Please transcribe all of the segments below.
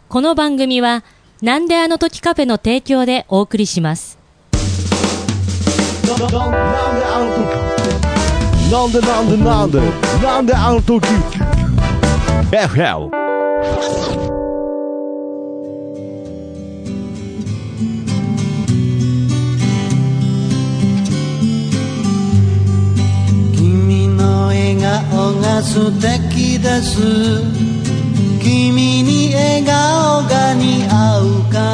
この番組はなんであの時カフェの提供でお送りします。 なんであの時 FL。 君の笑顔が素敵です。君に笑顔が似合うから。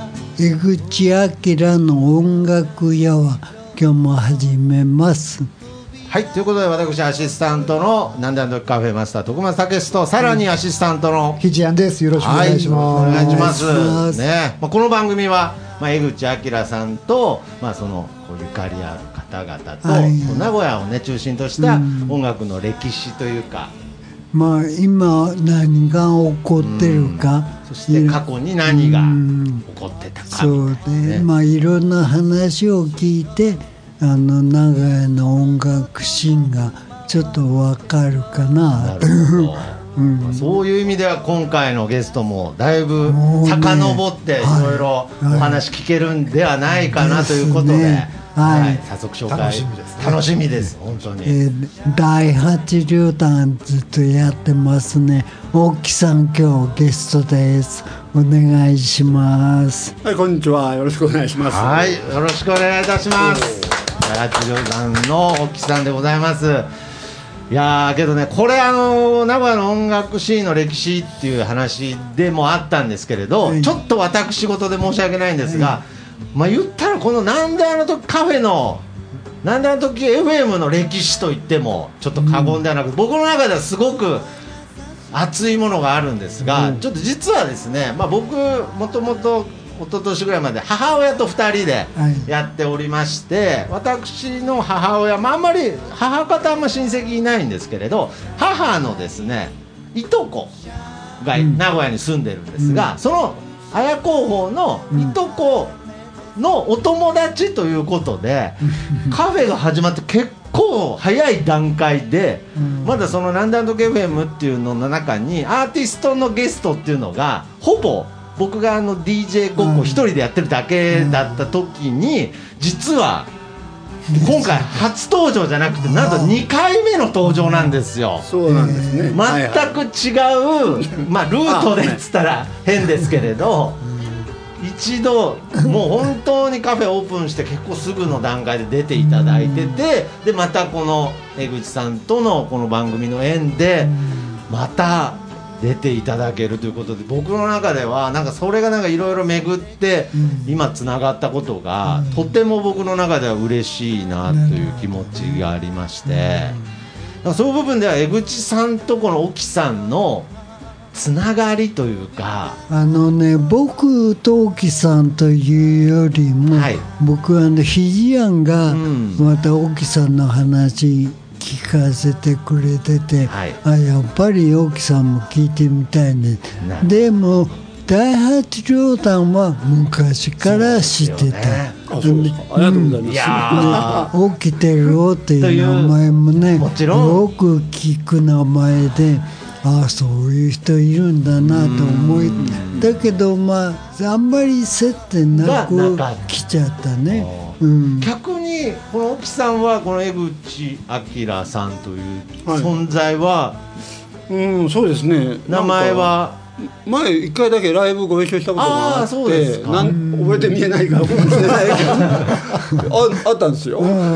江口明の音楽屋は今日も始めます。 はい、ということで私アシスタントのなんであの時カフェマスター徳松武と、さらにアシスタントのひじやんです。よろしくお願いします。 はい、お願いしますね。この番組は、江口明さんと、そのゆかりある方々と、名古屋をね中心とした音楽の歴史というか、 今何が起こってるか、 そして過去に何が起こってたか、 そうで、いろんな話を聞いて名古屋の音楽シーンがちょっとわかるかな。 なるほどそういう意味では今回のゲストもだいぶ遡っていろいろお話聞けるんではないかなということで、早速紹介楽しみです。本当に、 第8旅団ずっとやってますね。大木さん今日ゲストです。お願いします。 はい、こんにちは。よろしくお願いします。 はい、よろしくお願いいたします。第8旅団の大木さんでございます。いやけどね、これ名古屋の音楽シーンの歴史っていう話でもあったんですけれど、ちょっと私事で申し訳ないんですが、言ったらこのなんであの時カフェのなんであの時 FM の歴史といってもちょっと過言ではなく、僕の中ではすごく熱いものがあるんですが、ちょっと実はですね、僕もともと一昨年ぐらいまで母親と2人でやっておりまして、私の母親、あんまり母方あんま親戚いないんですけれど、母のですねいとこが名古屋に住んでるんですが、その綾候補のいとこのお友達ということで、カフェが始まって結構早い段階で、まだそのなんであの時 FM っていうのの中にアーティストのゲストっていうのがほぼ僕がDJ ごっこ一人でやってるだけだった時に、実は今回初登場じゃなくてなんと2回目の登場なんですよ。 そうなんですね。 全く違う、ルートでっつったら変ですけれど、一度もう本当にカフェオープンして結構すぐの段階で出ていただいてて、でまたこの江口さんとのこの番組の縁でまた出ていただけるということで、僕の中ではそれがいろいろ巡って今つながったことがとても僕の中では嬉しいなという気持ちがありまして、そういう部分では江口さんとこの沖さんのつながりというか、 僕と沖さんというよりも、僕はひじやんがまた沖さんの話聞かせてくれてて、やっぱり沖さんも聞いてみたいね。でも第8旅団は昔から知ってた。 ありがとうございます。 起きてるよっていう名前もね、よく聞く名前で、そういう人いるんだなと思い、だけどあんまり接点なく来ちゃったね。 逆にこの沖さんはこの江口明さんという存在は、 そうですね、 名前は前1回だけライブご一緒したことがあって、覚えてみえないかもしれないけどあったんですよ。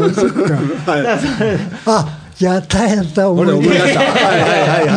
やった思い出した。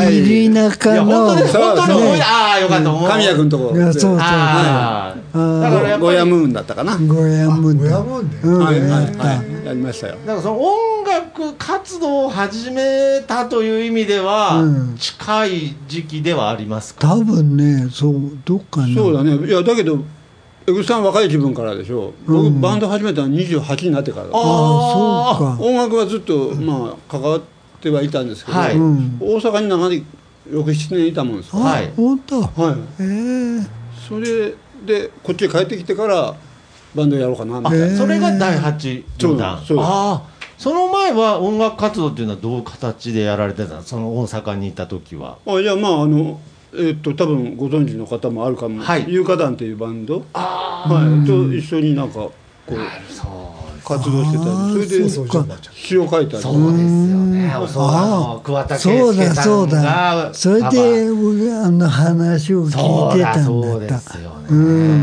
入り中の本当に思い出、よかった。 神谷君とこ。 そうだからゴヤムーンだったかな。 ゴヤムーンやりましたよ。 だからその音楽活動を始めたという意味では近い時期ではありますか。 多分ね、どっかな。 そうだね。いやだけど江口さん若い自分からでしょ。僕バンド始めたのは28になってからだ。 そうか。 音楽はずっと関わってはいたんですけど、大阪に長い6、7年いたもんです。 本当。 それでこっちへ帰ってきてからバンドやろうかなみたいな。 それが第8旅団。その前は音楽活動っていうのはどういう形でやられてたの？その大阪にいた時は。 じゃあ多分ご存知の方もあるかも、有価団っていうバンド、と一緒になんかこう活動してたり、それで詩を書いたり。 そうですよね。桑田佳祐さんがそれで話を聞いてたんだった。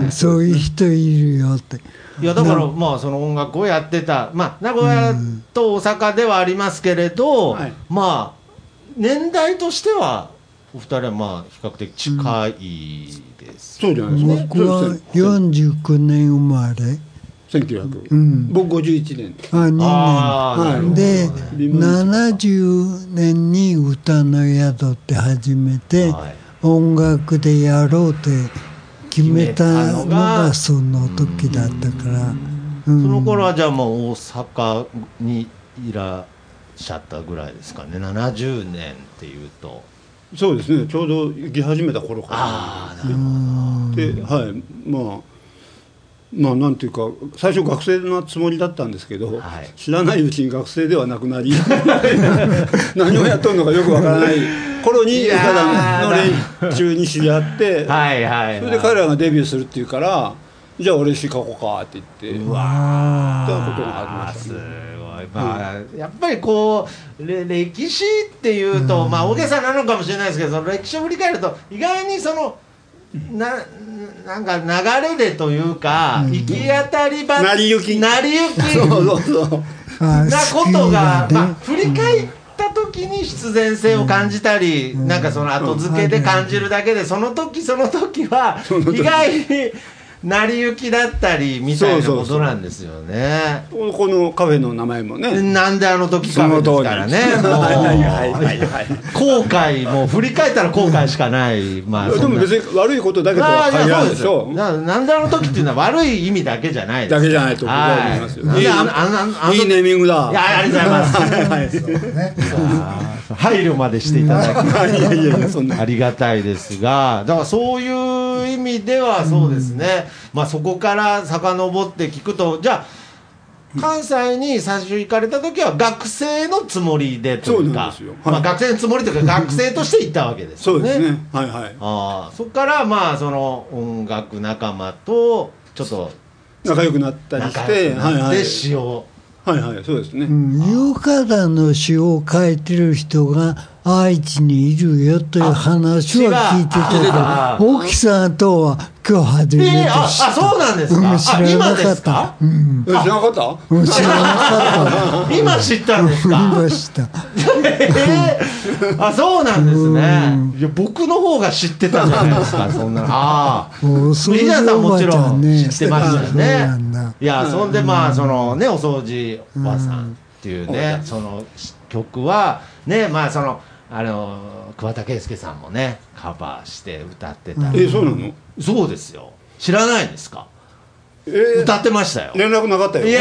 そういう人いるよって。 いやだからまあその音楽をやってた、まあ名古屋と大阪ではありますけれど、まあ年代としてはお二人はまあ比較的近いです。 そうじゃないですか。 僕は49年生まれ。 1900、僕51年。 2年。で70年に歌の宿って始めて、音楽でやろうって決めたのがその時だったから、 その頃はじゃあもう大阪にいらっしゃったぐらいですかね。70年っていうとそうですね、ちょうど行き始めた頃からで、まあなんていうか最初学生のつもりだったんですけど、知らないうちに学生ではなくなり何をやっとるのかよくわからない頃に歌団の連中に知り合ってそれで彼らがデビューするっていうからじゃあ俺詩書こうかって言ってうわーってことがありましたね。 まあ、やっぱりこう歴史っていうと、まあ大げさなのかもしれないですけど、その歴史を振り返ると意外にそのなんか流れでというか、行き当たりば成り行きなことが、まあ、振り返った時に必然性を感じたり、なんかその後付けで感じるだけで、その時は意外に成り行きだったりみたいなことなんですよね。 このカフェの名前もね、 なんであの時カフェですからね。後悔もう振り返ったら後悔しかない。まあでも別に悪いことだけとは限らないでしょ。 なんであの時っていうのは悪い意味だけじゃないです。 だけじゃないと僕は思いますよ。いいネーミングだ。 いやありがとうございます。配慮までしていただきありがたいですが、だからそういう意味ではそうですね。まあそこから遡って聞くと、じゃあ関西に最初行かれた時は学生のつもりでというか、まあ学生のつもりというか学生として行ったわけですよね。 そうですね。はいはい。 そこからまあその音楽仲間とちょっと仲良くなったりして、 詩を。 はいはい、そうですね。 有価団の詩を書いてる人が愛知にいるよという話は聞いてたけど、沖さんとは今日初めて知った。 そうなんですか。 知らなかった。 知らなかった？ 知らなかった。今知ったんですか。 今知った。 そうなんですね。いや僕の方が知ってたじゃないですか。そんな。皆さんもちろん知ってましたよね。いやそんでまあそのねお掃除おばさんっていうねその曲はねまあその桑田佳祐さんもねカバーして歌ってた。 そうなの？ そうですよ。知らないですか？歌ってましたよ。 連絡なかったよ。いや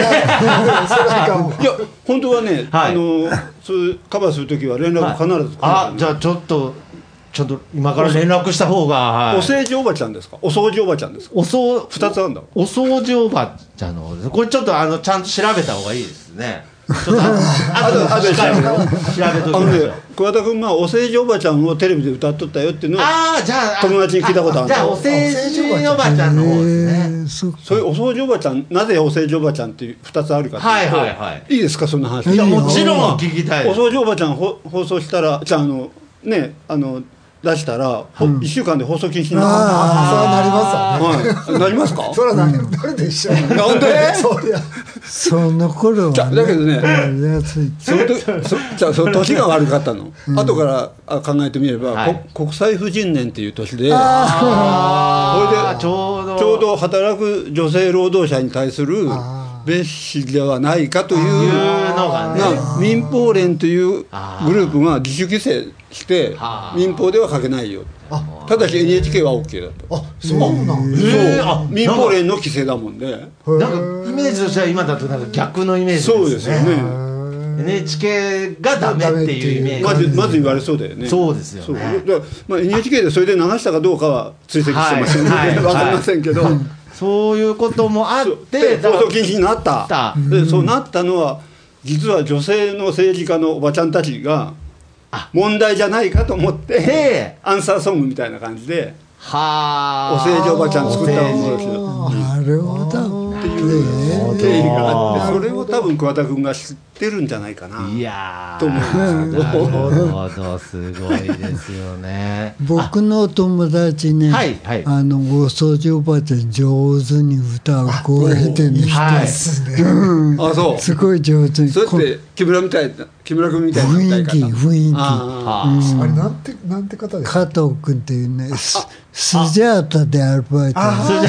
本当はね、そうカバーするときは連絡必ず。 じゃあちょっと今から連絡した方が。 お掃除おばちゃんですか？お掃除おばちゃんですか？2つあるんだ。 お掃除おばちゃんのこれちょっとちゃんと調べた方がいいですね。ちょっと調べときましょう。 桑田君お掃除おばちゃんをテレビで歌っとったよっていうのをじゃあ友達に聞いたことある。 じゃあお掃除おばちゃんの方ですね。 そういうお掃除おばちゃん、なぜお掃除おばちゃんっていう2つあるかっていうと、いいですかそんな話。 いやもちろん聞きたい。 お掃除おばちゃん放送したらじゃあね出したら1週間で放送禁止になる。そうなりますわね。なりますか？ それはなるでしょ。 なんで？ その頃はだけどね、その年が悪かったの。後から考えてみれば国際婦人年っていう年で、それでちょうど働く女性労働者に対する蔑視ではないかというのが民放連というグループが自主規制して民放では書けないよ。ただし NHK は OK だと。 そうなんです 。民放連の規制だもんで。 なんかイメージとしては今だとなんか逆のイメージですね。 そうですよね。 NHK がダメっていうイメージ。 まず言われそうだよね。 そうですよね。 NHK でそれで流したかどうかは追跡してますよね。わかりませんけど。 そういうこともあって放送禁止になった。そうなったのは実は女性の政治家のおばちゃんたちが問題じゃないかと思ってアンサーソングみたいな感じでお世辞おばちゃん作ったものですよ。 なるほどっていう経緯があって、それを多分桑田君が知ってるんじゃないかな。 いやと思うんですけど。 なるほど、すごいですよね。 僕の友達ね、お掃除おばちゃん上手に歌う声でね、 そうすごい上手に。 そうやって木村君みたいな雰囲気。 あれなんて方ですか？ 加藤君っていうね、スジャータでアルバイト。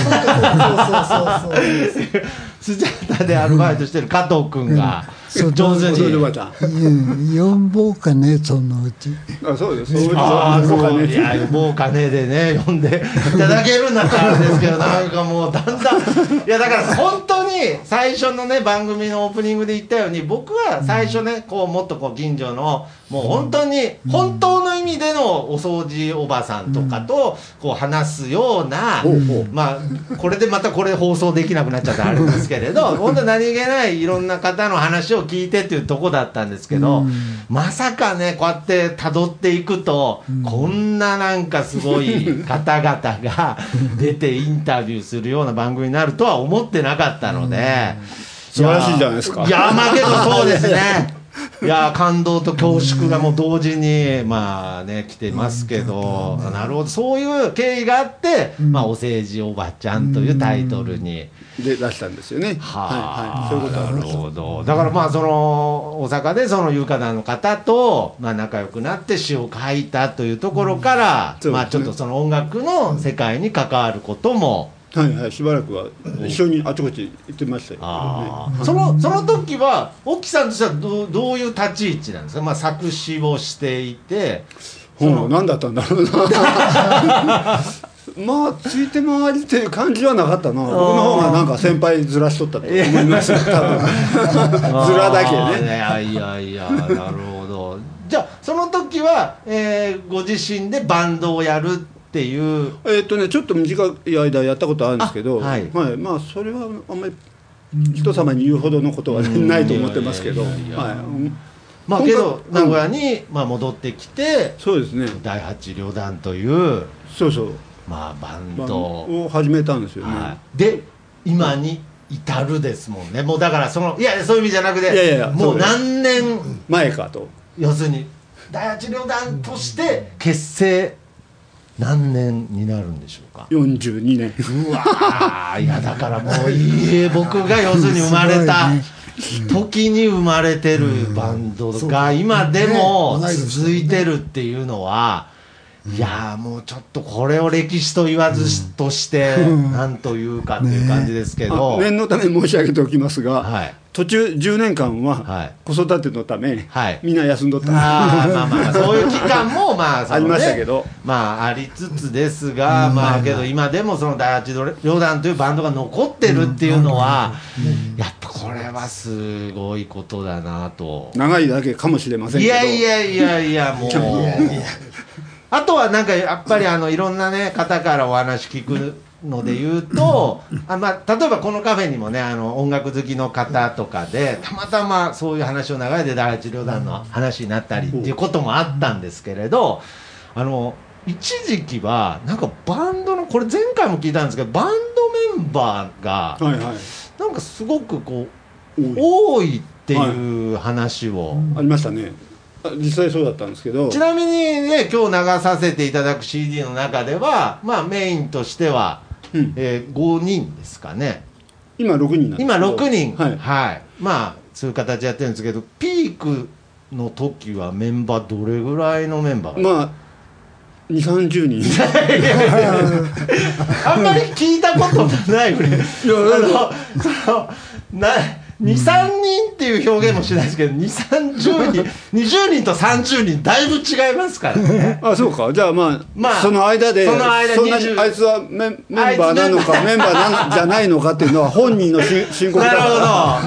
スジャータでアルバイトしてる加藤君が上手に呼ぼうかね、そのうち。 そうです。 呼ぼうかねでね、呼んでいただけるんだったらあれですけど、なんかもうだんだん、いやだから本当に最初のね番組のオープニングで言ったように、僕は最初ねこうもっとこう近所のもう本当に本当の意味でのお掃除おばさんとかとこう話すような、まあこれでまたこれ放送できなくなっちゃったらあれですけれど、本当何気ないいろんな方の話を聞いてっていうとこだったんですけど、まさかねこうやって辿っていくと、こんななんかすごい方々が出てインタビューするような番組になるとは思ってなかったので、 素晴らしいじゃないですか。 いやまあけどそうですね。いや感動と恐縮がもう同時にまあね来てますけど、なるほど、そういう経緯があって、まあお政治おばちゃんというタイトルにで出したんですよね。 はあ、そういうことなるほど。だからまあその大阪でその有価団の方とまあ仲良くなって詩を書いたというところから、まあちょっとその音楽の世界に関わることも。 しばらくは一緒にあちこち行ってましたよ、ね。 その時は沖さんとしてはどういう立ち位置なんですか？まあ作詞をしていて、 何だったんだろうな。まあついて回りっていう感じはなかったな。僕の方がなんか先輩ずらしとったと思いますよ。多分ずらだけね。 いやなるほど。じゃあその時は、ご自身でバンドをやるっていう。 ちょっと短い間やったことあるんですけど、まあそれはあんまり人様に言うほどのことはないと思ってますけど、 まあけど名古屋にまあ戻ってきて、 そうですね。 第八旅団というそうまあバンドを始めたんですよね。 で今に至るですもんね。もうだからそういう意味じゃなくて、もう何年前かと。 要するに第八旅団として結成何年になるんでしょうか ？42年。 うわー、いやだからもう僕が要するに生まれた時に生まれてるバンドが今でも続いてるっていうのは、いやもうちょっとこれを歴史と言わずとして何というかっていう感じですけど、 念のため申し上げておきますが、途中10年間は子育てのためみんな休んどった。 まあそういう期間もまあありましたけど、 まあありつつですが、まあけど今でもその第八旅団というバンドが残ってるっていうのは、やっぱこれはすごいことだなと。 長いだけかもしれませんけど、 いやもうあとはなんかやっぱりいろんなね方からお話聞くので言うと、まあ、例えばこのカフェにもね音楽好きの方とかでたまたまそういう話を流れで第八旅団の話になったりっていうこともあったんですけれど、一時期はなんかバンドのこれ前回も聞いたんですけど、バンドメンバーがなんかすごくこう多いっていう話を、 ありましたね。実際そうだったんですけど、 ちなみにね今日流させていただく CD の中ではまあメインとしては、5人ですかね。 今6人なんです。 今6人まあそういう形でやってるんですけど、ピークの時はメンバーどれぐらいのメンバー？ まあ2、30人。 あんまり聞いたことないぐらい。2、3人っていう表現もしないですけど、2、30人20人と30人だいぶ違いますからね。 そうか。じゃあまあその間でそんなにあいつはメンバーなのかメンバーじゃないのかっていうのは本人の申告だから。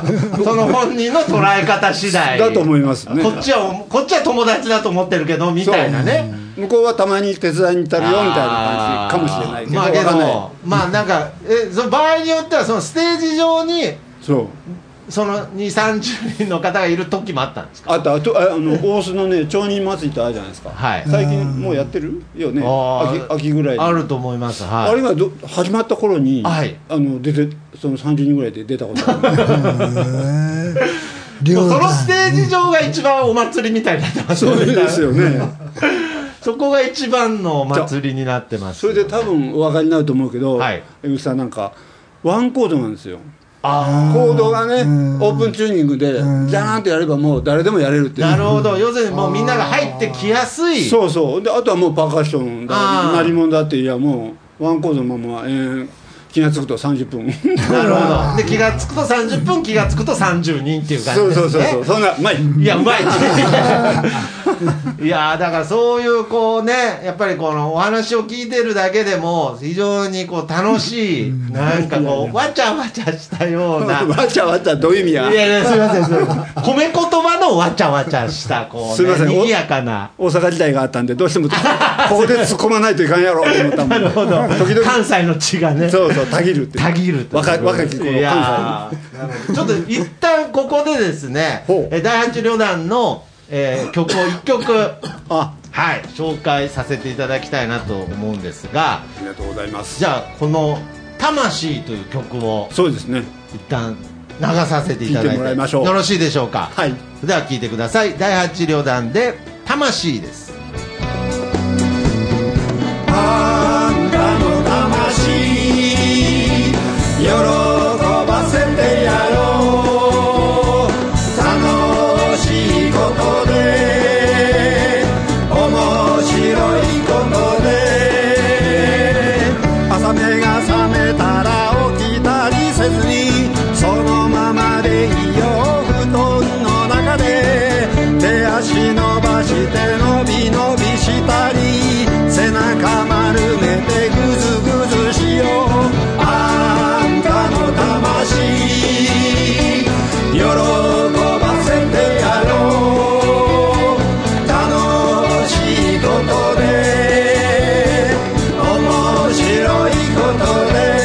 なるほど。その本人の捉え方次第だと思いますね。 こっちは友達だと思ってるけどみたいなね。 向こうはたまに手伝いに行ったるよみたいな感じかもしれないけど、 まあけどまあなんかその場合によってはそのステージ上にその2、30人の方がいる時もあったんですか？ あと大須のね町人祭りってあるじゃないですか、はい、最近もうやってるよね、秋ぐらいにあると思います、はい、 あれが始まった頃に、はい、出てその30人ぐらいで出たことあるそのステージ上が一番お祭りみたいになってますよね。 そうですよねそこが一番のお祭りになってます。 それで多分お分かりになると思うけど、はい、江口さんなんかワンコードなんですよ。コードがね、オープンチューニングでジャーンとやればもう誰でもやれるっていう。 なるほど。要するにもうみんなが入ってきやすい。 そうそう。であとはもうパーカッションだ鳴り物だっていやもうワンコードのまま気がつくと30分なるほど。で気がつくと30分気がつくと30人っていう感じですね。 そうそんなうまい。 いやうまいいやだからそういうこうねやっぱりこのお話を聞いてるだけでも非常にこう楽しいなんかこうわちゃわちゃしたようなわちゃわちゃどういう意味や。 いやすいません褒め言葉のわちゃわちゃしたこう、ね、賑やかな大阪時代があったんでどうしてもここで突っ込まないといかんやろと思ったもん。 なるほど。関西の血がねそうたぎるってたぎる若き頃いやちょっと一旦ここでですね第8旅団の曲を1曲はい、紹介させていただきたいなと思うんですが、 ありがとうございます。 じゃあこの「魂」という曲をそうですね一旦流させていただいて聴いてもらいましょう。 よろしいでしょうか。 はい。 それでは聴いてください。第8旅団で「魂」です。 あんたの魂喜ばせてやろう楽しいことで面白いことで朝目が覚めたら起きたりせずにそのままでいいよ布団の中で手足伸ばして伸び伸びしたり背中丸めてぐずぐずしようあんたの魂喜ばせてやろう楽しいことで面白いことで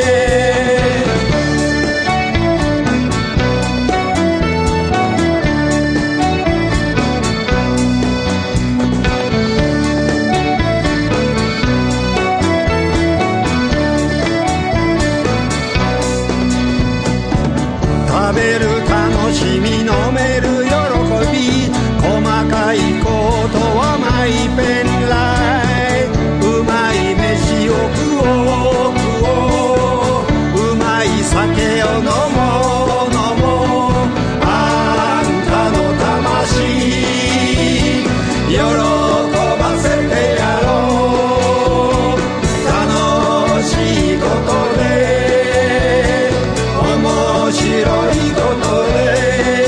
食べる楽しみ飲める喜び細かいことはマイペンライうまい飯を食おう食おううまい酒を飲もう飲もうあんたの魂喜ばせてやろう楽しいことで面白いことで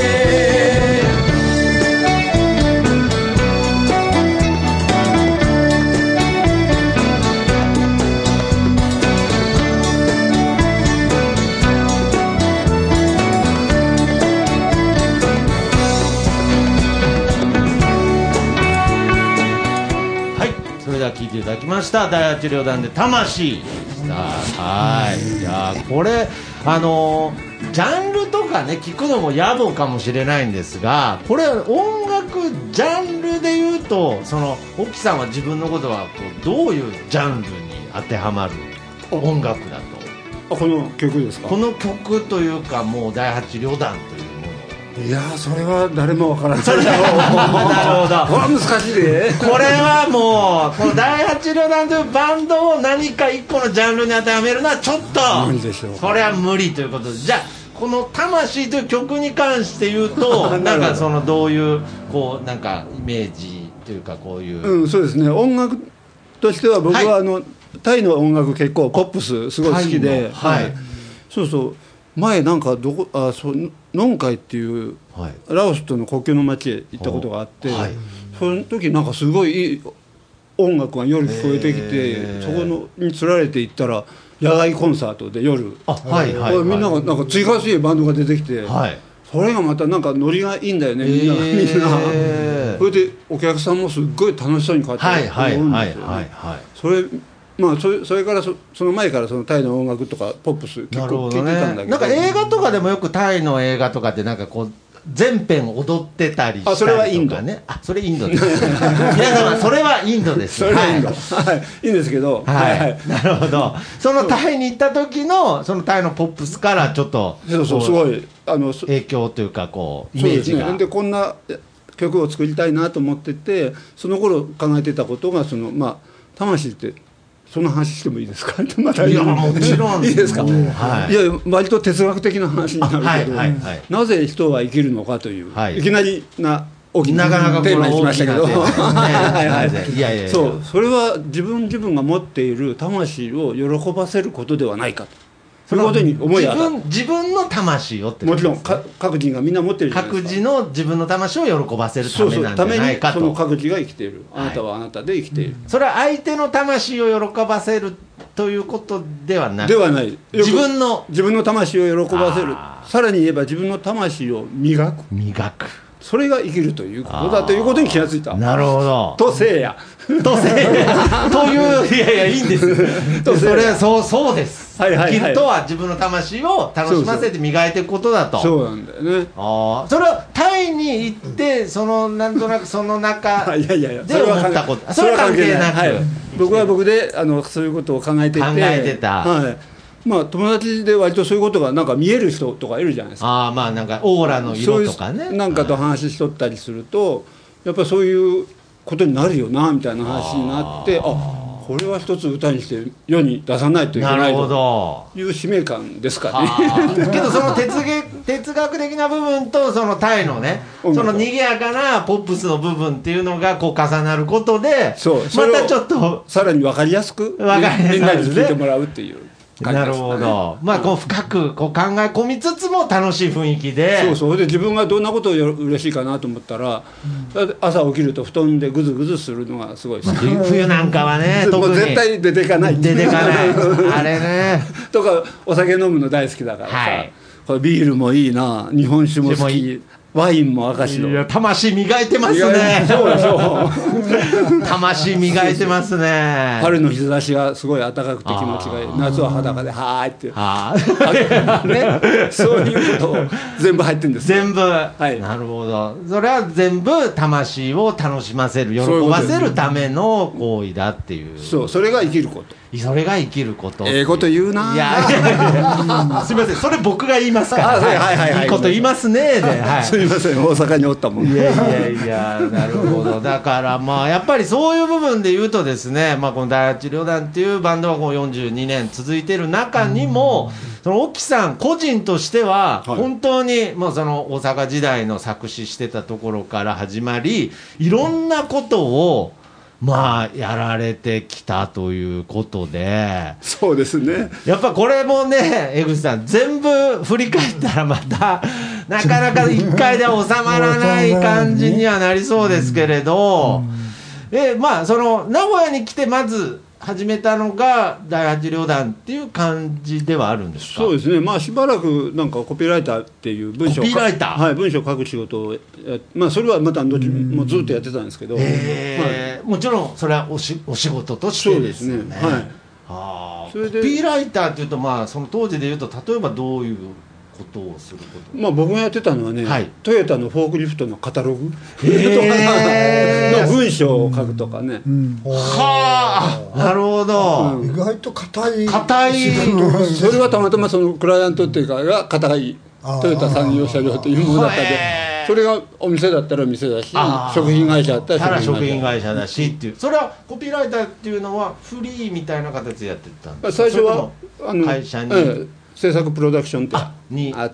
それでは聴いていただきました第8旅団で魂でした。はい。いやこれジャンルとかね聞くのも野暮かもしれないんですがこれ音楽ジャンルで言うとその沖さんは自分のことはこうどういうジャンルに当てはまる音楽だと。 この曲ですか。 この曲というかもう第8旅団というもの。 いやそれは誰もわからない。 なるほど。 これは難しいで。 これはもうこの第8旅団というバンドを何か一個のジャンルに当てはめるのはちょっと無理でしょう。 それは無理ということでじゃあこの「魂」という曲に関して言うとなんかそのどういうこうなんかイメージというかこういうそうですね音楽としては僕はタイの音楽結構ポップスすごい好きでそうそう前なんかノンカイっていう、ラオスとの国境の町へ行ったことがあって、その時なんかすごいいい音楽が夜聞こえてきてそこにつられて行ったら野外コンサートで夜みんながなんか追加するバンドが出てきて、それがまたなんかノリがいいんだよねみんなそれでお客さんもすっごい楽しそうに買ってるんですよ。それまあ、それからその前からそのタイの音楽とかポップス結構聴いてたんだけど、 なんか映画とかでもよくタイの映画とかってなんかこう全編踊ってたりしたりとかね。 あ、それはインド。 あ、それインドです。皆様、それはインドです。 それはインド。はい。いいんですけど。 はい。なるほど。そのタイに行った時の、そのタイのポップスからちょっと、 そうすごい、 影響というか、こう、イメージが。 そうですね。で、こんな曲を作りたいなと思ってて、その頃考えてたことが、まあ、魂って、その話してもいいですかまたいやもちろんいいですか、 はい、 いや割と哲学的な話になるけど、 はいはいはい、 なぜ人は生きるのかという、 はい、 いきなりな大きなテーマにしましたけど、それは自分が持っている魂を喜ばせることではないかと。そういうことに思いがあった。 自分の魂をってことですね。 もちろん各人がみんな持ってるじゃないですか。 各自の自分の魂を喜ばせるためなんじゃないかと。 その各自が生きている、あなたはあなたで生きている、 それは相手の魂を喜ばせるということではなく、 ではない。 自分の魂を喜ばせる、さらに言えば自分の魂を磨く、それが生きるということだということに気がついた。 なるほど。 とせいやという、いやいいんですそれそうです、生きるとは自分の魂を楽しませて磨いていくことだと。 そうなんだよね。 それはタイに行ってなんとなくその中で思ったこと、それは関係なく、 僕は僕でそういうことを考えてた、 まあ、友達で割とそういうことがなんか見える人とかいるじゃないですか。 まあなんかオーラの色とかね、 なんかと話しとったりすると、やっぱりそういうことになるよなみたいな話になって、これは一つ歌にして世に出さないといけないという使命感ですかね。 けどその哲学的な部分とそのタイのね、その賑やかなポップスの部分っていうのがこう重なることで、またちょっとさらに分かりやすくみんなに聞いてもらうっていう。 なるほど。まあこう深くこう考え込みつつも楽しい雰囲気で、 そうで自分がどんなことを嬉しいかなと思ったら、朝起きると布団でぐずぐずするのがすごい好き。 冬なんかはね、特に絶対出ていかないあれねとかお酒飲むの大好きだからさ、これビールもいいな、日本酒も好き、ワインも赤白。 いや魂磨いてますね。そう魂磨いてますね。 春の日差しがすごい暖かくて気持ちがいい。夏は裸ではーいってね、そういうことを全部入ってるんです。 全部、なるほど。それは全部魂を楽しませる、喜ばせるための行為だっていう。 それが生きること。 それが生きること。 こと言うな。 いやすみません、それ僕が言いますから。いいこと言いますね。 すみません、大阪におったもん。 いやなるほど。だからまあやっぱりそういう部分で言うとですね、まあこの第八旅団っていうバンドはこう42年続いてる中にも、その沖さん個人としては本当にもうその大阪時代の作詞してたところから始まり、いろんなことをまあやられてきたということで、 そうですね。 やっぱこれもね、江口さん全部振り返ったらまたなかなか1回で収まらない感じにはなりそうですけれど、まあその名古屋に来てまず始めたのが第八旅団っていう感じではあるんですか？ そうですね。まあしばらくなんかコピーライターっていう文章を書く仕事をまあそれはまたどっちもずっとやってたんですけど、 もちろんそれはお仕事としてですよね。コピーライターっていうと、まあその当時でいうと例えばどういうことをすること？ まあ僕がやってたのはね、トヨタのフォークリフトのカタログの文章を書くとかね。 なるほど。 意外と硬い。 それはたまたまそのクライアントっていうかが硬いトヨタ産業車両というものだったんで。それがお店だったら店だし、食品会社だったら食品会社だしっていう。それはコピーライターっていうのはフリーみたいな形でやってたんですか？ 最初は会社に制作プロダクションってあって、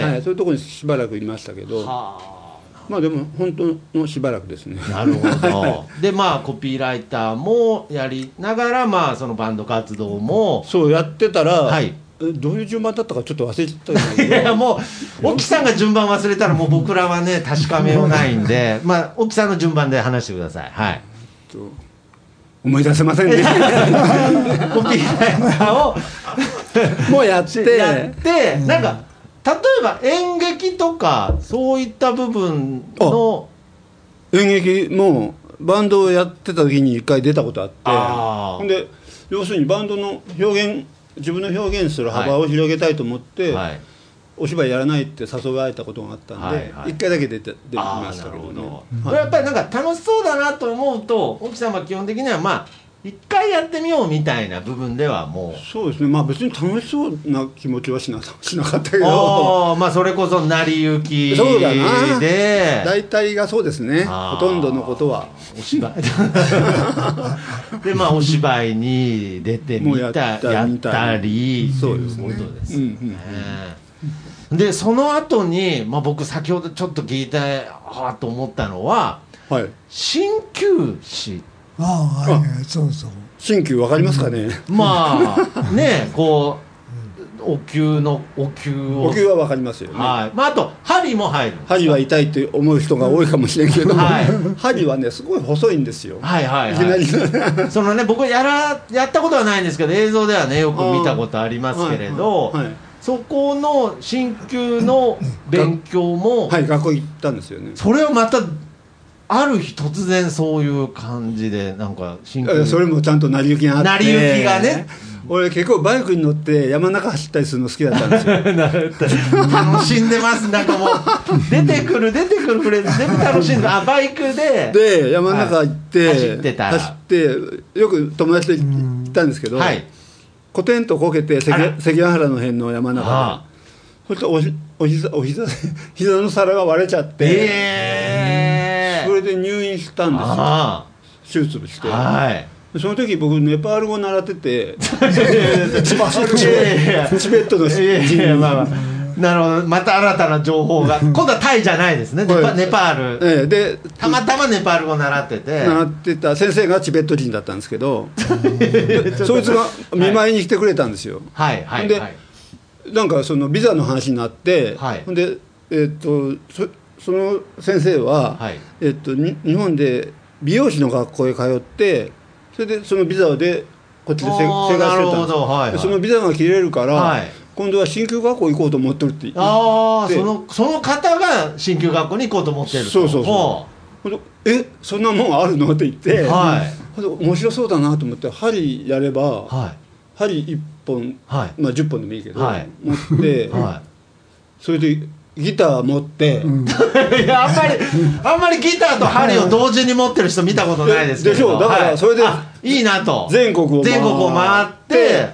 そういうところにしばらくいましたけど、まあでも本当のしばらくですね。 なるほど。でまあコピーライターもやりながら、まあそのバンド活動もそうやってたら、どういう順番だったかちょっと忘れちゃったんですけど、 いやもう沖さんが順番忘れたらもう僕らはね確かめようないんでまあ沖さんの順番で話してください。 思い出せませんね。コピーライターをもうやってなんか例えば演劇とかそういった部分の演劇もバンドをやってた時に一回出たことあって、ほんで要するにバンドの表現、自分の表現する幅を広げたいと思って、はい、お芝居やらないって誘われたことがあったんで、はいはい、1回だけ出てきましたけどね。 これやっぱりなんか楽しそうだなと思うと、沖さんは基本的にはまあ一回やってみようみたいな部分ではもうそうですね、まあ別に楽しそうな気持ちはしなかったけど、 まあそれこそ成り行きそうだなで大体がそうですね、ほとんどのことはお芝居でまあお芝居に出てみたやったりそうですね、 ことですね、でその後に、まあ、僕先ほどちょっと聞いてと思ったのは、はい、鍼灸師そうそう鍼灸わかりますかね、 まあねこうお灸はわかりますよね、 はいまあ、あと針も入る針は痛いって思う人が多いかもしれんけど、はい、針はねすごい細いんですよ、 はいはいはい、いきなりそのね僕やったことはないんですけど映像ではねよく見たことありますけれど、はいはい、そこの鍼灸の勉強もはい学校行ったんですよね。 それをまたある日突然そういう感じでなんか鍼灸それもちゃんと成り行きがあって成り行きがね俺結構バイクに乗って山の中走ったりするの好きだったんですよ楽しんでますなんかもう出てくるフレーズ全部楽しんでバイクで山の中行って、はい、走ってよく友達と行ったんですけど、はい、コテンとこけて関ヶ原の辺の山の中でそして膝の皿が割れちゃって、それで入院したんですよ、手術して、はい、その時僕ネパール語習っててチベットのなるほど、また新たな情報が今度はタイじゃないですね、ネパール、でたまたまネパール語習ってた先生がチベット人だったんですけどそいつが見舞いに来てくれたんですよ、はいはいはい、でなんかそのビザの話になって、はい、でその先生は、はい日本で美容師の学校へ通ってそれでそのビザでこっちで生活してたんです、はいはい、そのビザが切れるから、はい、今度は鍼灸学校行こうと思ってるって言ってその方が鍼灸学校に行こうと思ってるとそうそんなもんあるのって言って、はい、面白そうだなと思って針やれば、はい、針1本、はいまあ、10本でもいいけど、はい、持って、はい、それでギター持って、 いやあんまりギターと針を同時に持ってる人見たことないですけどでしょだからそれで、 いいなと全国を回って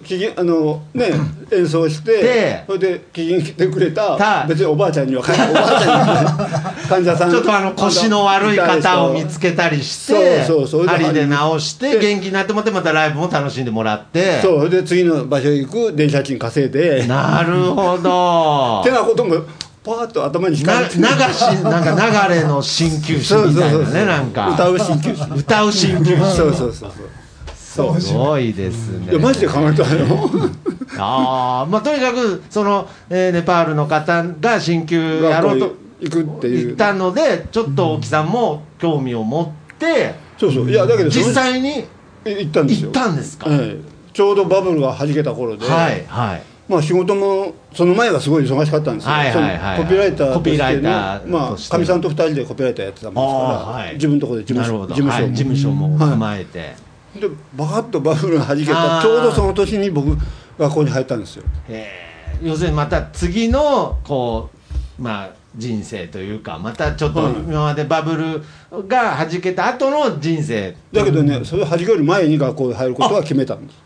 演奏してそれで聞きに来てくれた別におばあちゃんには患者さんちょっと腰の悪い方を見つけたりして針で治して元気になってもってまたライブも楽しんでもらってそうで次の場所へ行く電車賃稼いでなるほどってなこともパーッと頭に光ってなんか流れの鍼灸師みたいなねなんか歌う鍼灸師そうすごいですね。 いやマジで考えたよまあとにかくその、ネパールの方が鍼灸やろうと言ったのでちょっと沖さんも興味を持ってそういやだけど実際に行ったんですよ。 行ったんですか、 ちょうどバブルがはじけた頃で、はいはいまあ、仕事もその前はすごい忙しかったんですよ、コピーライターとしてまあかみさんと2人でコピーライターやってたもんですから、自分のところで事務所も構えて、でバカッとバブルがはじけたちょうどその年に僕学校に入ったんですよ。 要するにまた次のこうまあ人生というかまたちょっと今までバブルがはじけた後の人生だけどねそれはじける前に学校に入ることは決めたんです。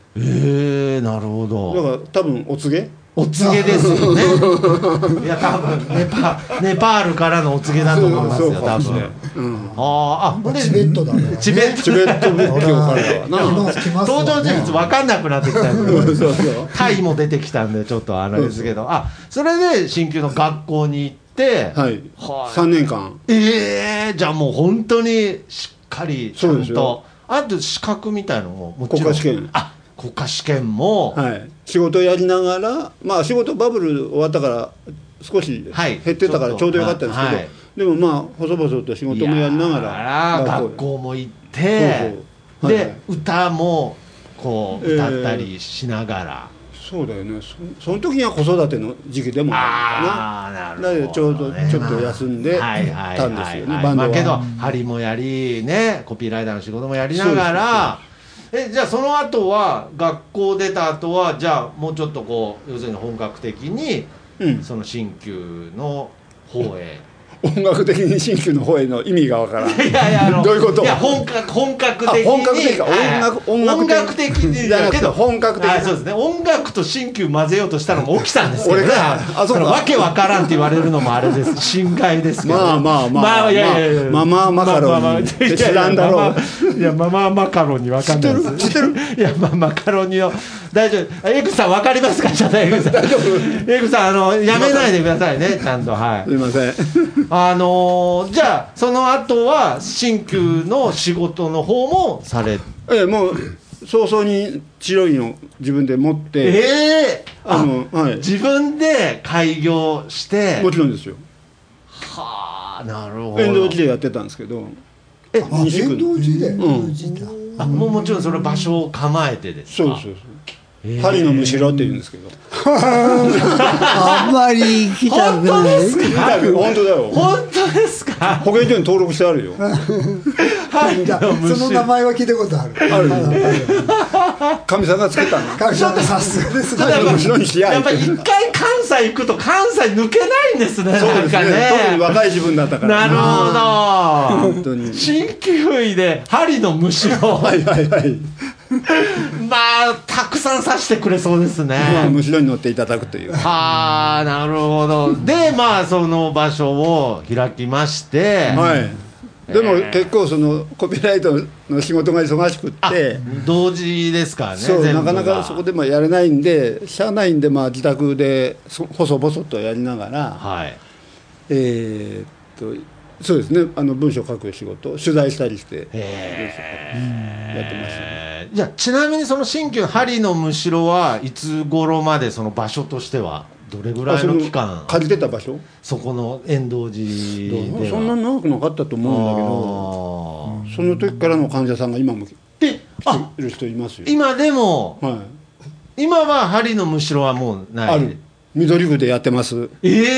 なるほど。 だから多分お告げですよねいや多分ネパールからのお告げだと思いますよ多分、 チベットだねチベット仏教から登場人物分かんなくなってきたタイも出てきたんでちょっとですけどそれで鍼灸の学校に行って 3年間じゃあもう本当にしっかりちゃんとあと資格みたいのももちろん国家試験も、 仕事やりながらまあ仕事バブル終わったから少し減ってたからちょうどよかったんですけど、でもまあ細々と仕事もやりながら学校も行ってで歌もこう歌ったりしながら、 そうだよね。その時には子育ての時期でもあるのかな。なのでちょっと休んでたんですよね。バンドは。 けど針もやりねコピーライターの仕事もやりながらじゃあその後は学校出た後はじゃあもうちょっとこう要するに本格的に、その鍼灸の方へ音楽的に鍼灸の方への意味がわからん。 いやどういうこと？ いや本格的に本格的か、 音楽的にじゃなくて本格的。 そうですね。音楽と鍼灸混ぜようとしたのも沖さんですけどね。 俺がそうか。 わけわからんって言われるのもあれです。心外ですけど。 まあマママカロニって知らんだろう。 いやマママカロニわかんないです。知ってる？いやマカロニを大丈夫。エグさんわかりますか？ちょっとエグさん。大丈夫。エグさんやめないでくださいね。ちゃんとはい。 すいません。 じゃあその後は鍼灸の仕事の方もされもう早々に治療院を自分で持って自分で開業してもちろんですよ。 はあなるほど。 遠藤寺でやってたんですけど西区遠藤寺でもちろんそれ場所を構えてですか？ そう針のむしろって言うんですけどあんまり行きたくない。 本当だよ。 本当ですか？ 保健所に登録してあるよ。 その名前は聞いたことある。 かみさんがつけたの。 かみさんさすがですね。 やっぱり一回関西行くと関西抜けないんですね。 そうですね。特に若い自分だったから。 なるほど。 本当に。 鍼灸医で針のむしろ。 はい。 まあたくさん刺してくれそうですね。 むしろに乗っていただくという。 はあなるほど。でその場所を開きまして。 はい。でも結構そのコピーライトの仕事が忙しくって同時ですからね。 そうなかなかそこでやれないんで社内で自宅で細々とやりながら、 はい、 そうですね文章を書く仕事取材したりしてやってましたね。 じゃあちなみにその鍼灸針のむしろはいつ頃までその場所としてはどれぐらいの期間借りてた場所そこの遠藤寺ではそんな長くなかったと思うんだけどその時からの患者さんが今も来てる人いますよ。 今でも、今は針のむしろはもうない。 ある緑区でやってます。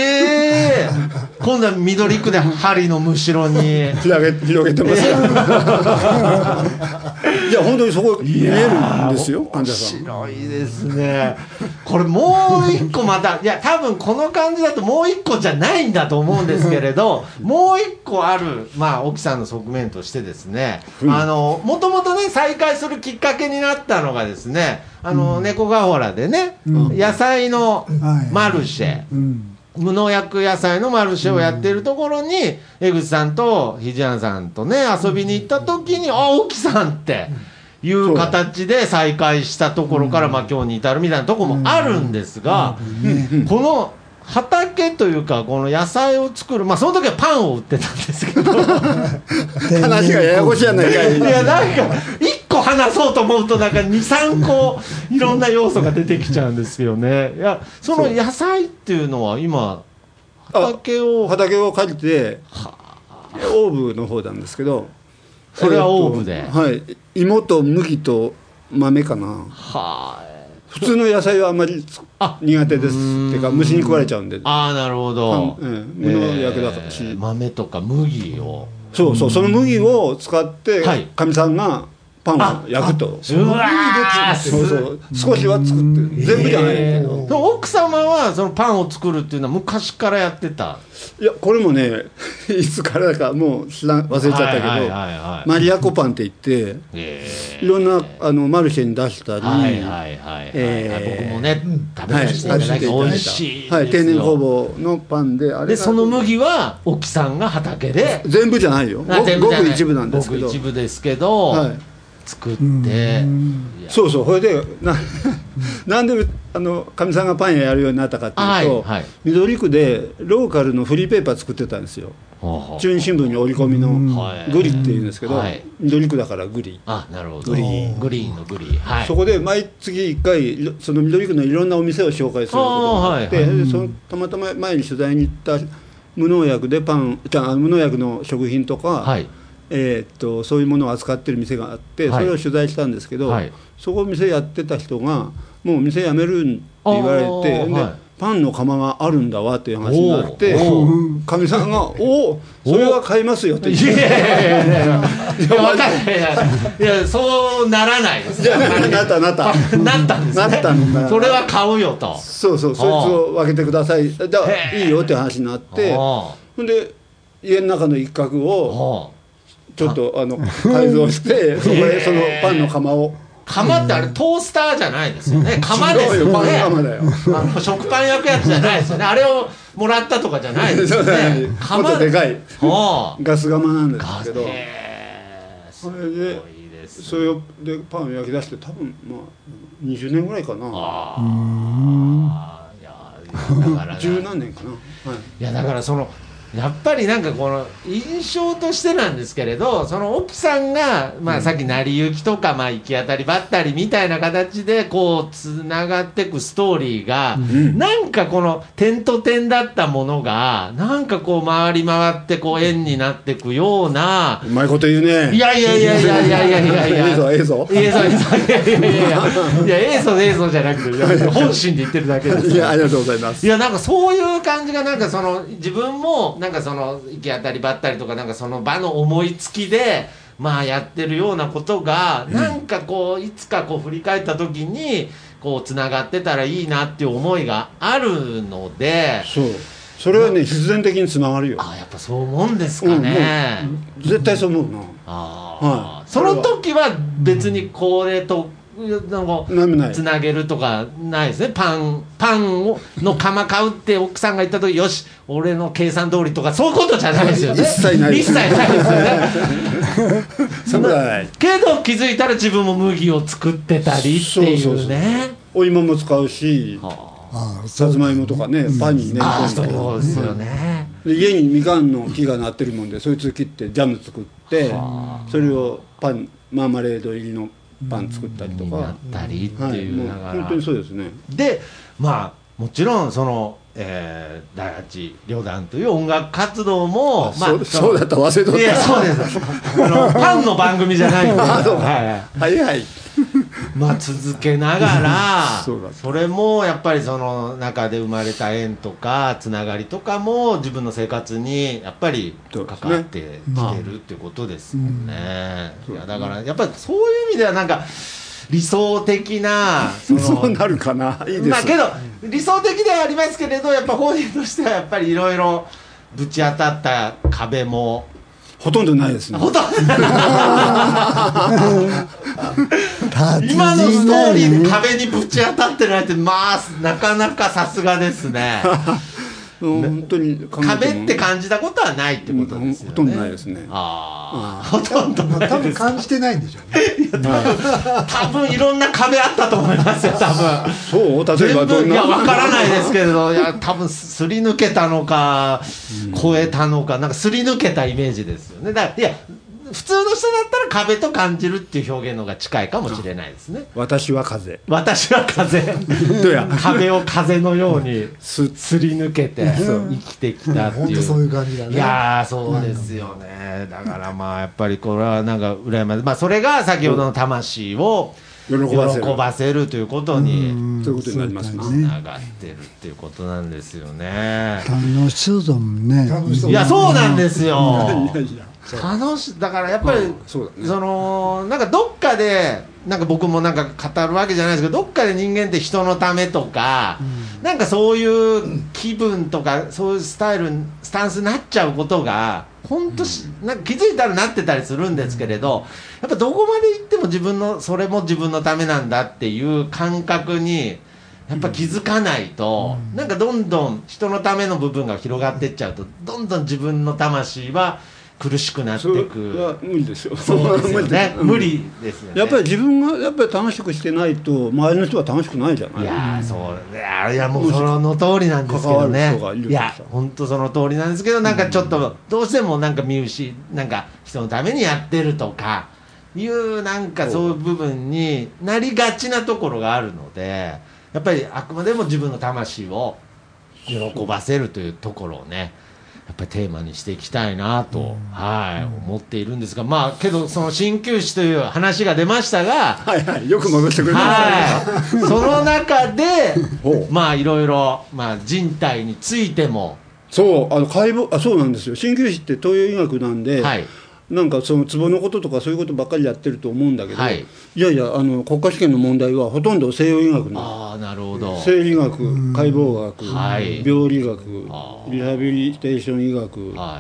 今度は緑区で針のむしろに広げてますいや本当にそこ見えるんですよ患者さん。 面白いですね。これもう一個またいや多分この感じだともう一個じゃないんだと思うんですけれどもう一個ある沖さんの側面としてですねもともとね再開するきっかけになったのがですね猫ヶ原でね、野菜のマルシェ、無農薬野菜のマルシェをやってるところに江口さんとひじやんさんとね遊びに行った時に沖さんっていう形で再開したところから今日に至るみたいなところもあるんですが、この畑というかこの野菜を作るその時はパンを売ってたんですけど話がややこしいやないかい。 いやなんか1個話そうと思うと2,3個いろんな要素が出てきちゃうんですよね。いやその野菜っていうのは今畑を借りてオーブの方なんですけどそれはオーブで、 芋と麦と豆かな。普通の野菜はあんまり苦手ですっていうか虫に食われちゃうんで。 なるほど。 無農薬だし豆とか麦をその麦を使ってかみさんがパンを焼くと。少しは作って全部じゃないけど。 奥様はそのパンを作るっていうのは昔からやってた。 いやこれもねいつからだかもう忘れちゃったけど、マリアコパンって言っていろんなマルシェに出したり、僕もね食べさせていただき美味しいですよ。 天然工房のパンででその麦は沖さんが畑で全部じゃないよ。ごく一部なんですけど。 ごく一部ですけど。作ってそうそれでなんでかみさんがパン屋やるようになったかっていうと、緑区でローカルのフリーペーパー作ってたんですよ。中日新聞に折り込みのグリっていうんですけど、緑区だからグリ。 なるほど。グリーンのグリ。 そこで毎月1回その緑区のいろんなお店を紹介することがあって、たまたま前に取材に行った無農薬で無農薬の食品とか。そういうものを扱ってる店があってそれを取材したんですけど、そこ店やってた人がもう店辞めるって言われてパンの窯があるんだわっていう話になって、かみさんが「おおそれは買いますよ」って言って。 いやそうならないです。 なったんですね。 なったんだ。それは買うよと。 そうそいつを分けてください。じゃあいいよっていう話になって、ほんで家の中の一角をちょっと改造してそこへそのパンの窯を。 窯ってあれトースターじゃないですよね。窯ですよね。 パン窯だよ。 食パン焼くやつじゃないですよね。あれをもらったとかじゃないですよね。 もっとでかいガス窯なんですけど、それでそれでパンを焼き出して多分まあ20年ぐらいかな。 いやだから十何年かな。 いやだからやっぱりなんかこの印象としてなんですけれど、その奥さんが、まあ、さっき成り行きとか、まあ、行き当たりばったりみたいな形でこうつながっていくストーリーが、なんかこの点と点だったものがなんかこう回り回ってこう円になっていくような。 うまいこと言うね。 いや映像じゃなくて本心で言ってるだけです。 いやありがとうございます。 いやなんかそういう感じがなんか自分もなんか行き当たりばったりとかなんかその場の思いつきでまあやってるようなことがなんかこういつかこう振り返った時にこうつながってたらいいなっていう思いがあるので、 それはね必然的につながるよ。 やっぱそう思うんですかね。 絶対そう思うな。その時は別にこれとつなげるとかないですね。パンの窯買うって奥さんが言った時よし俺の計算通りとかそういうことじゃないですよね。 一切ないですよね。けど気づいたら自分も麦を作ってたりっていうね。 お芋も使うしさつまいもとかねパンにねそうですよね。 家にみかんの木がなってるもんでそいつ切ってジャム作ってそれをマーマレード入りのパン作ったりとかなったりっていう本当にそうですね。 でまあもちろん第八旅団という音楽活動もそうだった忘れとった。 いやそうですパンの番組じゃないんではいまあ続けながらそれもやっぱりその中で生まれた縁とかつながりとかも自分の生活にやっぱり関わってきてるっていうことですもんね。いやだからやっぱりそういう意味ではなんか理想的なそうなるかないいです。 まあけど理想的ではありますけれどやっぱ本人としてはやっぱりいろいろぶち当たった壁もほとんどないですね。 ほとんど今のストーリーで壁にぶち当たってないってまあなかなかさすがですね。 本当に壁って感じたことはないってことですよね。 ほとんどないですね。 ほとんどないです。 多分感じてないんでしょうね。 多分いろんな壁あったと思いますよ。多分そう例えばどんな。 いやわからないですけれど、いや多分すり抜けたのか超えたのかなんかすり抜けたイメージですよね。だからいや普通の人だったら壁と感じるっていう表現の方が近いかもしれないですね。 私は風どうや壁を風のようにすり抜けて生きてきたっていう。 本当そういう感じだね。 いやそうですよね。だからまあやっぱりこれはなんか羨ましい。まあそれが先ほどの魂を喜ばせるということにそういうことになりますね。 つながってるっていうことなんですよね。 楽しそうだもんね。 いやそうなんですよ。だからやっぱりなんかどっかでなんか僕もなんか語るわけじゃないですけどどっかで人間って人のためとかなんかそういう気分とかそういうスタンスになっちゃうことが本当なんか気づいたらなってたりするんですけれどやっぱどこまで行ってもそれも自分のためなんだっていう感覚にやっぱ気づかないとなんかどんどん人のための部分が広がっていっちゃうとどんどん自分の魂は苦しくなっていく。 それは無理ですよ。 そうですよね。無理ですよね。 やっぱり自分がやっぱり楽しくしてないと周りの人は楽しくないじゃない。 いやもうその通りなんですけどね。いや本当その通りなんですけどなんかちょっとどうしてもなんかなんか人のためにやってるとかいうなんかそういう部分になりがちなところがあるのでやっぱりあくまでも自分の魂を喜ばせるというところをね。やっぱりテーマにしていきたいなと、思っているんですがまあけどその鍼灸師という話が出ましたがよく戻してくれましたその中でまあいろいろ、まあ、人体についてもそう解剖そうなんですよ。鍼灸師って東洋医学なんで、 はい、 なんかそのツボのこととかそういうことばっかりやってると思うんだけど、 はい、 いやいや国家試験の問題はほとんど西洋医学のなるほど生理学、解剖学、 はい、 病理学、リハビリテーション医学、はい、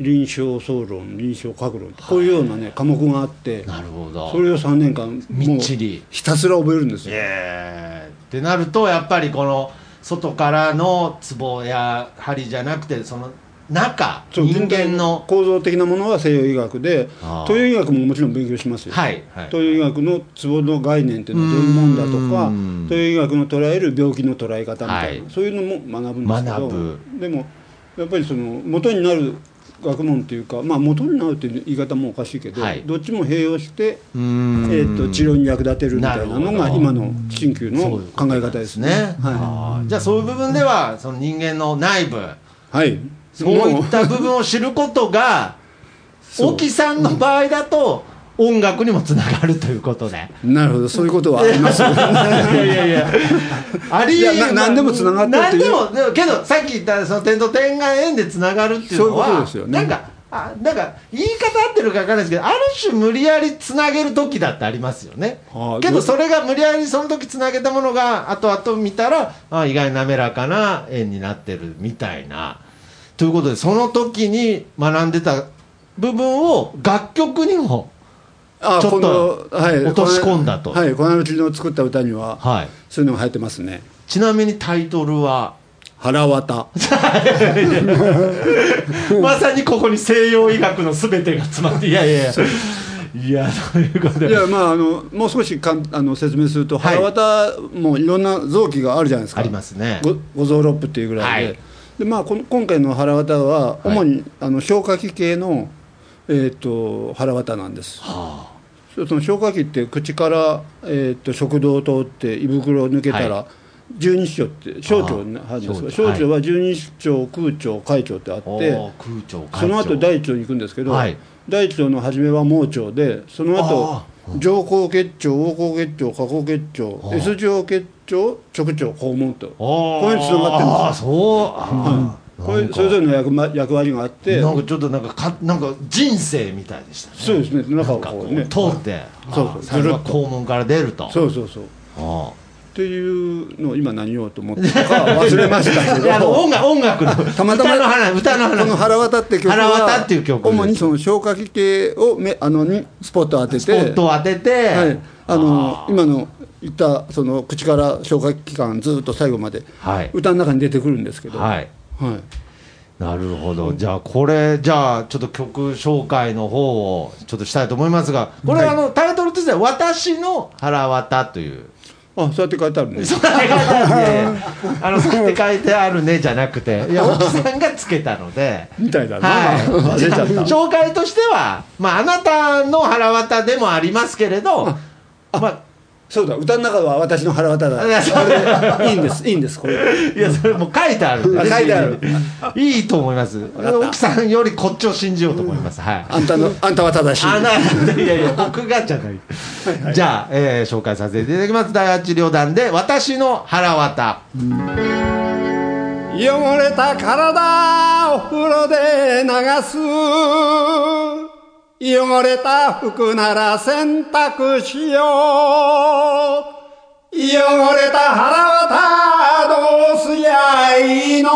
臨床総論、臨床科学論、こういうようなね科目があって、 なるほど、 それを3年間みっちりひたすら覚えるんですよ。 ってなるとやっぱりこの外からのツボや針じゃなくてその中、人間の構造的なものは西洋医学で、東洋医学ももちろん勉強しますよ、 はいはい、 東洋医学のツボの概念っていうのはどういうもんだとか、東洋医学の捉える病気の捉え方みたいな、はい、そういうのも学ぶんですけど、でもやっぱりその元になる学問っていうか、まあ、元になるっていう言い方もおかしいけど、はい、どっちも併用して、治療に役立てるみたいなのが今の鍼灸の考え方ですね。 はい、じゃあそういう部分ではその人間の内部、 はい、 そういった部分を知ることが沖さんの場合だと音楽にもつながるということで。 なるほど、そういうことはありますよね。 いやあり何でもつながってるっていう。 何でもけどさっき言ったその点と点が円でつながるっていうのは、 そういうことですよね。 なんか言い方合ってるか分からないですけど、ある種無理やりつなげる時だってありますよね。けどそれが無理やりその時つなげたものが後々見たら意外に滑らかな円になってるみたいな。ということでその時に学んでた部分を楽曲にもちょっと落とし込んだと。 はい、このうちの作った歌には、はい、そういうのが入ってますね。 ちなみにタイトルは腹渡。 まさにここに西洋医学のすべてが詰まって、いやということで、 まあもう少し説明すると、腹渡もいろんな臓器があるじゃないですか。 ありますね。 五臓六腑っていうぐらいで、はい、でまあ今回の腹渡は主に、消化器系の腹渡なんです。はあ、その消化器って口から、食道を通って胃袋を抜けたら、はい、十二指腸って小腸にあるんですが、小腸は十二指腸、空腸、海腸ってあって、その後大腸に行くんですけど、はい、大腸の初めは盲腸で、その後上行結腸、横行結腸、下行結腸、S 状結腸、直腸、肛門とこういうふうにつながってるんですよ。これそれぞれの役割があって、 なんかちょっとなんか人生みたいでしたね。 そうですね。中をこうね通って、ずるっと肛門から出ると。 そうっていうのを今何言おうと思ってたか忘れましたけど、 音楽のたまたま歌の話、 この腹渡って曲は腹渡っていう曲主にその消化器系をにスポットを当てて、はい、今の言ったその口から消化器官ずっと最後まで、はい、歌の中に出てくるんですけど、はいはい、 なるほど。じゃあちょっと曲紹介の方をちょっとしたいと思いますが、これはタイトルとしては私の腹渡という、 そうやって書いてあるね。 そうやって書いてあるね。そうやって書いてあるねじゃなくて、いや奥さんがつけたのでみたいだね。 はい、出ちゃった。紹介としては、まああなたの腹渡でもありますけれど、まあそうだ、歌の中は私の腹渡だ。いいんですこれ。 いやそれもう書いてあるんで。 書いてある。 いいと思います。奥さんよりこっちを信じようと思います。はい。 あんたは正しい。 いや僕がじゃない。じゃあ、紹介させていただきます。第8旅団で私の腹渡。 汚れた体お風呂で流す。汚れた服なら洗濯しよう。汚れた腹渡どうすりゃいいの。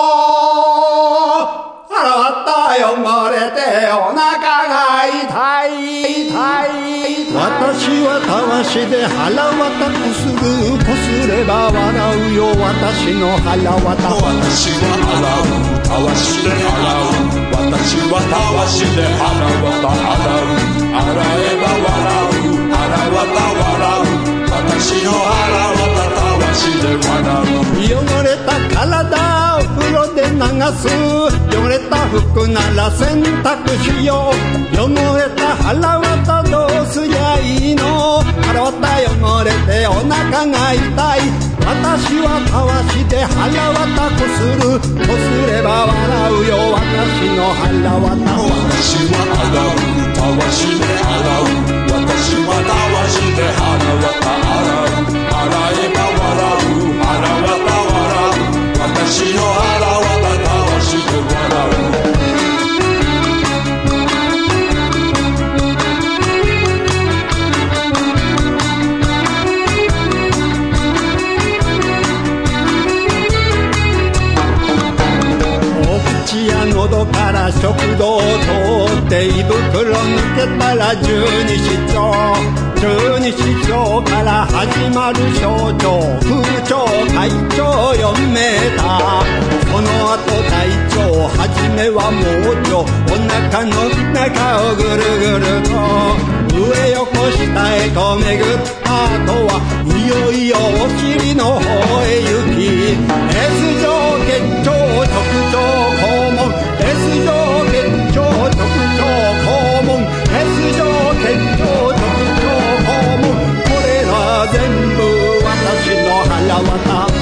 腹渡汚れてお腹が痛い。私はたわしで腹渡こすれば笑うよ。私の腹渡。私は洗う、たわしで洗う。私はたわしで腹渡洗う。洗えば笑う、腹渡笑う。私の腹渡たわしで笑う。汚れた体お風呂で流す。汚れた服なら洗濯しよう。汚れた腹渡どうすりゃいいの。腹渡汚れてお腹が痛い。私はたわしで腹渡こすれば笑うよ。私の腹渡。私は洗う、たわしで洗う。私はたわしで腹渡洗う。洗えば笑う、洗堂から食堂を通って胃袋抜けたら十二指腸、十二指腸から始まる小腸、空腸会長4メーター、その後大腸、はじめは盲腸、お腹の中をぐるぐると上横下へと巡った後はいよいよお尻の方へ行き、 S 状結腸直腸肛門、 S 状結腸直腸肛門、 S 状結腸直腸肛門、これら全部私の腹渡。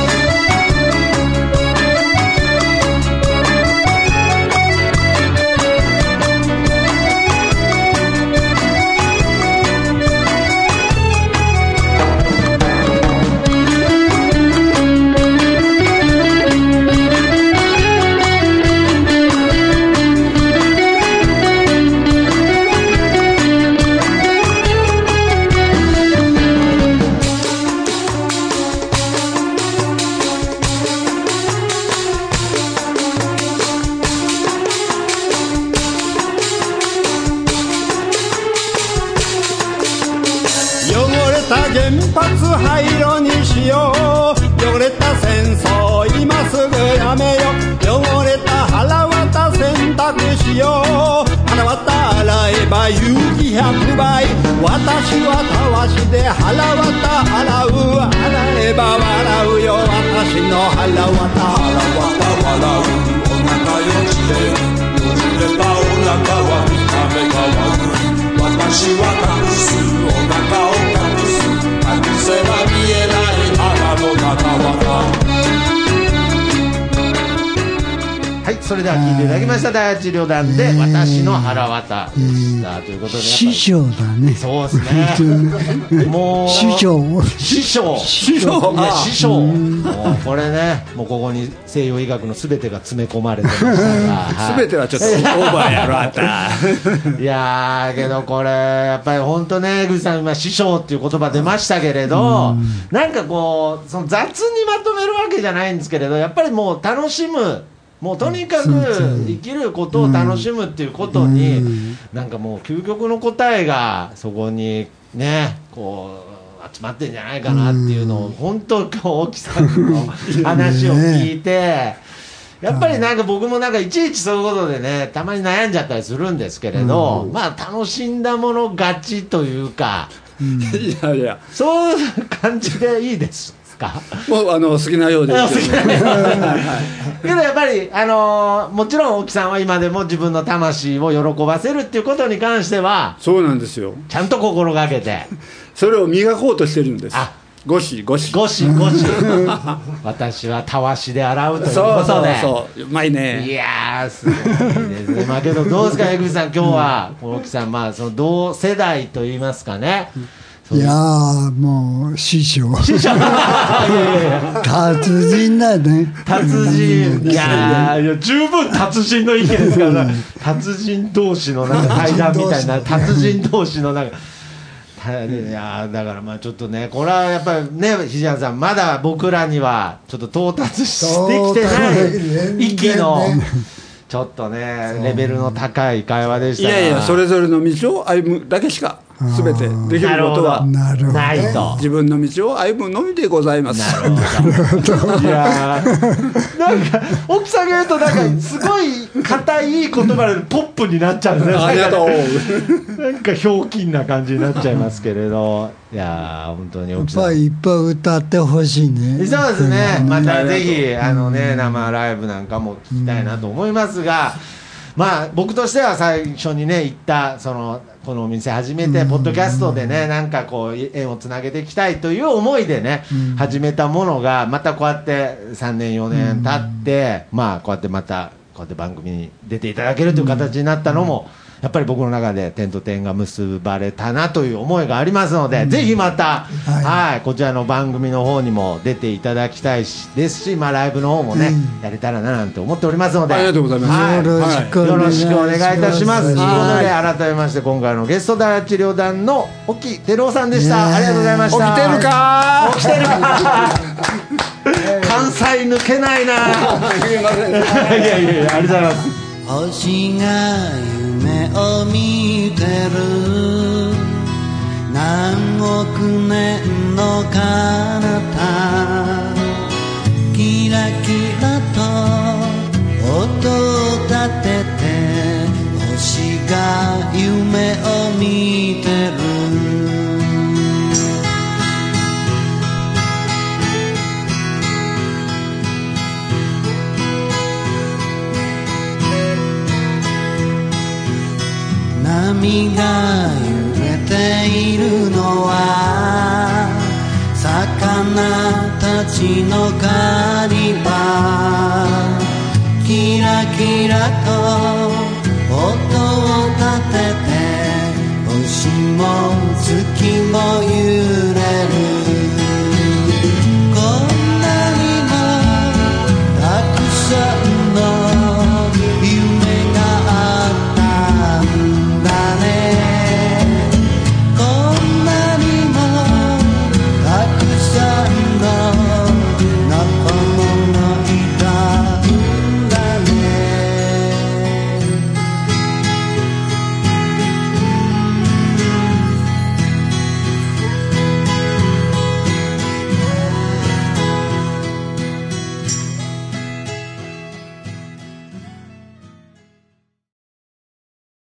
原発廃炉にしよう、汚れた戦争今すぐやめよう、汚れた腹渡洗濯しよう、腹渡洗えば有機100倍、私はたわしで腹渡洗う、洗えば笑うよ私の腹渡、 腹渡笑う、お腹よちで汚れたお腹は見た目が悪い、私は隠すお腹を隠す、隠せば見えない腹の中は。 はい、それでは聞いていただきました第8旅団で私の腹渡でしたということで、 師匠だね。 そうですね。もう師匠もうこれね、もうここに西洋医学のすべてが詰め込まれてましたが、 すべてはちょっとオーバーやろあった。 いやーけどこれやっぱり本当ね、江口さん今師匠っていう言葉出ましたけれど、なんかこうその雑にまとめるわけじゃないんですけれど、やっぱりもう楽しむ。もうとにかく生きることを楽しむっていうことに、なんかもう究極の答えがそこにねこう集まってんじゃないかなっていうのを本当今日沖さんの話を聞いて、やっぱりなんか僕もなんかいちいちそういうことでねたまに悩んじゃったりするんですけれど、まあ楽しんだもの勝ちというか、 いやいやそういう感じでいいですもう好きなようですけどやっぱりもちろん沖さんは今でも自分の魂を喜ばせるっていうことに関してはそうなんですよ、 ちゃんと心がけてそれを磨こうとしてるんです。ゴシ私はたわしで洗うということで、 そううまいね。 いやーすごいですね。まあけどどうですか江口さん、今日は沖さん、まあその同世代といいますかね、 いやーもう師匠達人だね。 達人、いや十分達人の意見ですから達人同士のなんか対談みたいな達人同士のなんかいやだからまあちょっとね、これはやっぱりね藤原さん、まだ僕らにはちょっと到達してきてない域のちょっとねレベルの高い会話でしたが、 いやいやそれぞれの道を歩むだけしか全てできることはないと、 自分の道を歩むのみでございます。 なるほど。いやなんか奥さんが言うとなんかすごい硬いいい言葉でポップになっちゃうんですね。 ありがとう。 なんかひょうきんな感じになっちゃいますけれど、いや本当に奥さんいっぱい歌ってほしいね。 そうですね。またぜひ生ライブなんかも聞きたいなと思いますが。まあ僕としては最初にね言ったこのお店始めてポッドキャストでねなんかこう縁をつなげていきたいという思いでね始めたものがまたこうやって3年4年経ってまあこうやってまたこうやって番組に出ていただけるという形になったのもやっぱり僕の中で点と点が結ばれたなという思いがありますので、ぜひまたはいこちらの番組の方にも出ていただきたいですし、まあライブの方もねやれたらななんて思っておりますので、 ありがとうございます。 よろしくお願いいたします。ということで改めまして今回のゲスト第8旅団の沖照夫さんでした。ありがとうございました。 起きてるか起きてるか関西抜けないな。いやありがとうございます。 星が夢を見てる何億年の彼方キラキラと音を立てて星が夢を見てる波が揺れているのは魚たちの狩り場キラキラと音を立てて星も月も夕